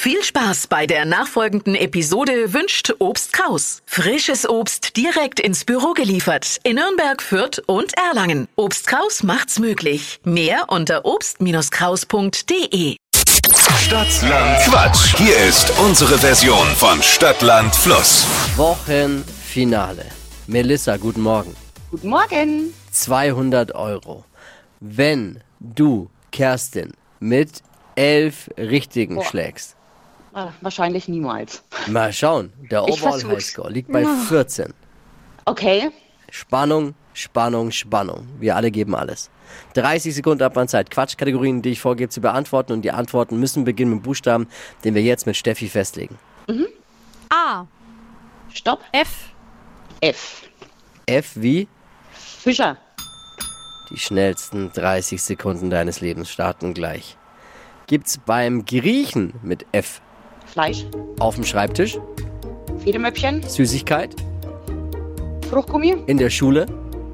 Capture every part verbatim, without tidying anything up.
Viel Spaß bei der nachfolgenden Episode wünscht Obst Kraus. Frisches Obst direkt ins Büro geliefert in Nürnberg, Fürth und Erlangen. Obst Kraus macht's möglich. Mehr unter obst kraus punkt de. Stadtland Quatsch. Hier ist unsere Version von Stadtland Fluss. Wochenfinale. Melissa, guten Morgen. Guten Morgen. zweihundert Euro. Wenn du Kerstin mit elf Richtigen Boah. schlägst. Ah, wahrscheinlich niemals. Mal schauen. Der Ich Overall versuch's. Highscore liegt bei vierzehn. Okay. Spannung, Spannung, Spannung. Wir alle geben alles. dreißig Sekunden Abwandszeit. Quatschkategorien, die ich vorgebe zu beantworten. Und die Antworten müssen beginnen mit Buchstaben, den wir jetzt mit Steffi festlegen. A. Stopp. F. F. F wie? Fischer. Die schnellsten dreißig Sekunden deines Lebens starten gleich. Gibt's beim Griechen mit F Fleisch. auf dem Schreibtisch? Federmäppchen. Süßigkeit? Fruchtgummi. In der Schule?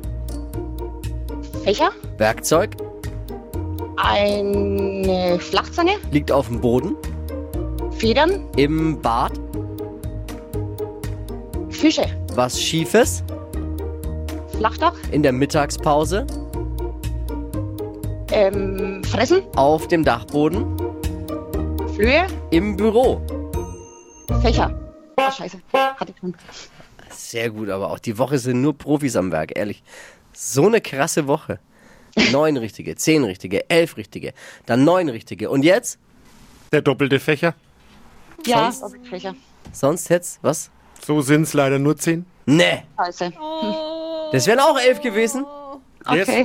Fächer. Werkzeug? Eine Flachzange. Liegt auf dem Boden? Federn. Im Bad? Fische. Was Schiefes? Flachdach. In der Mittagspause? Ähm, fressen. Auf dem Dachboden? Flöhe. Im Büro? Fächer. Oh, scheiße. Hatte ich schon. Sehr gut, aber auch die Woche sind nur Profis am Werk, ehrlich. So eine krasse Woche. Neun richtige, zehn richtige, elf richtige, dann neun richtige. Und jetzt? Der doppelte Fächer. Ja, Sonst? Fächer. Sonst jetzt? Was? So sind's leider nur zehn. Nee, Scheiße. das wären auch elf gewesen. Okay.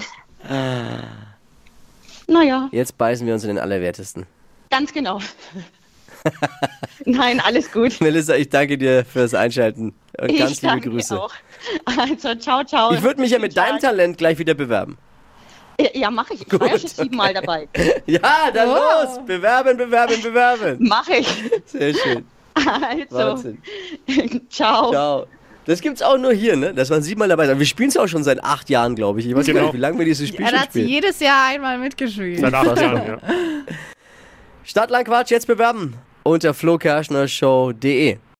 Naja, Jetzt beißen wir uns in den Allerwertesten. ganz genau. Nein, alles gut. Melissa, ich danke dir fürs Einschalten und Ich ganz liebe danke Grüße. auch. Also, ciao, ciao. Ich würde mich ja mit deinem Talent gleich wieder bewerben. Ja, mache ich. Ich war ja schon siebenmal dabei. Ja, dann los! Bewerben, bewerben, bewerben. Mache ich. Sehr schön. Also, Wahnsinn. ciao. Ciao. Das gibt's auch nur hier, ne? Dass man siebenmal dabei ist. Wir spielen es auch schon seit acht Jahren, glaube ich. Ich weiß gar Genau. nicht, wie lange wir dieses Spiel Er schon hat spielen. jedes Jahr einmal mitgespielt. Seit acht Jahren, ja. Stadtland Quatsch, jetzt bewerben unter flokerschnershow punkt de.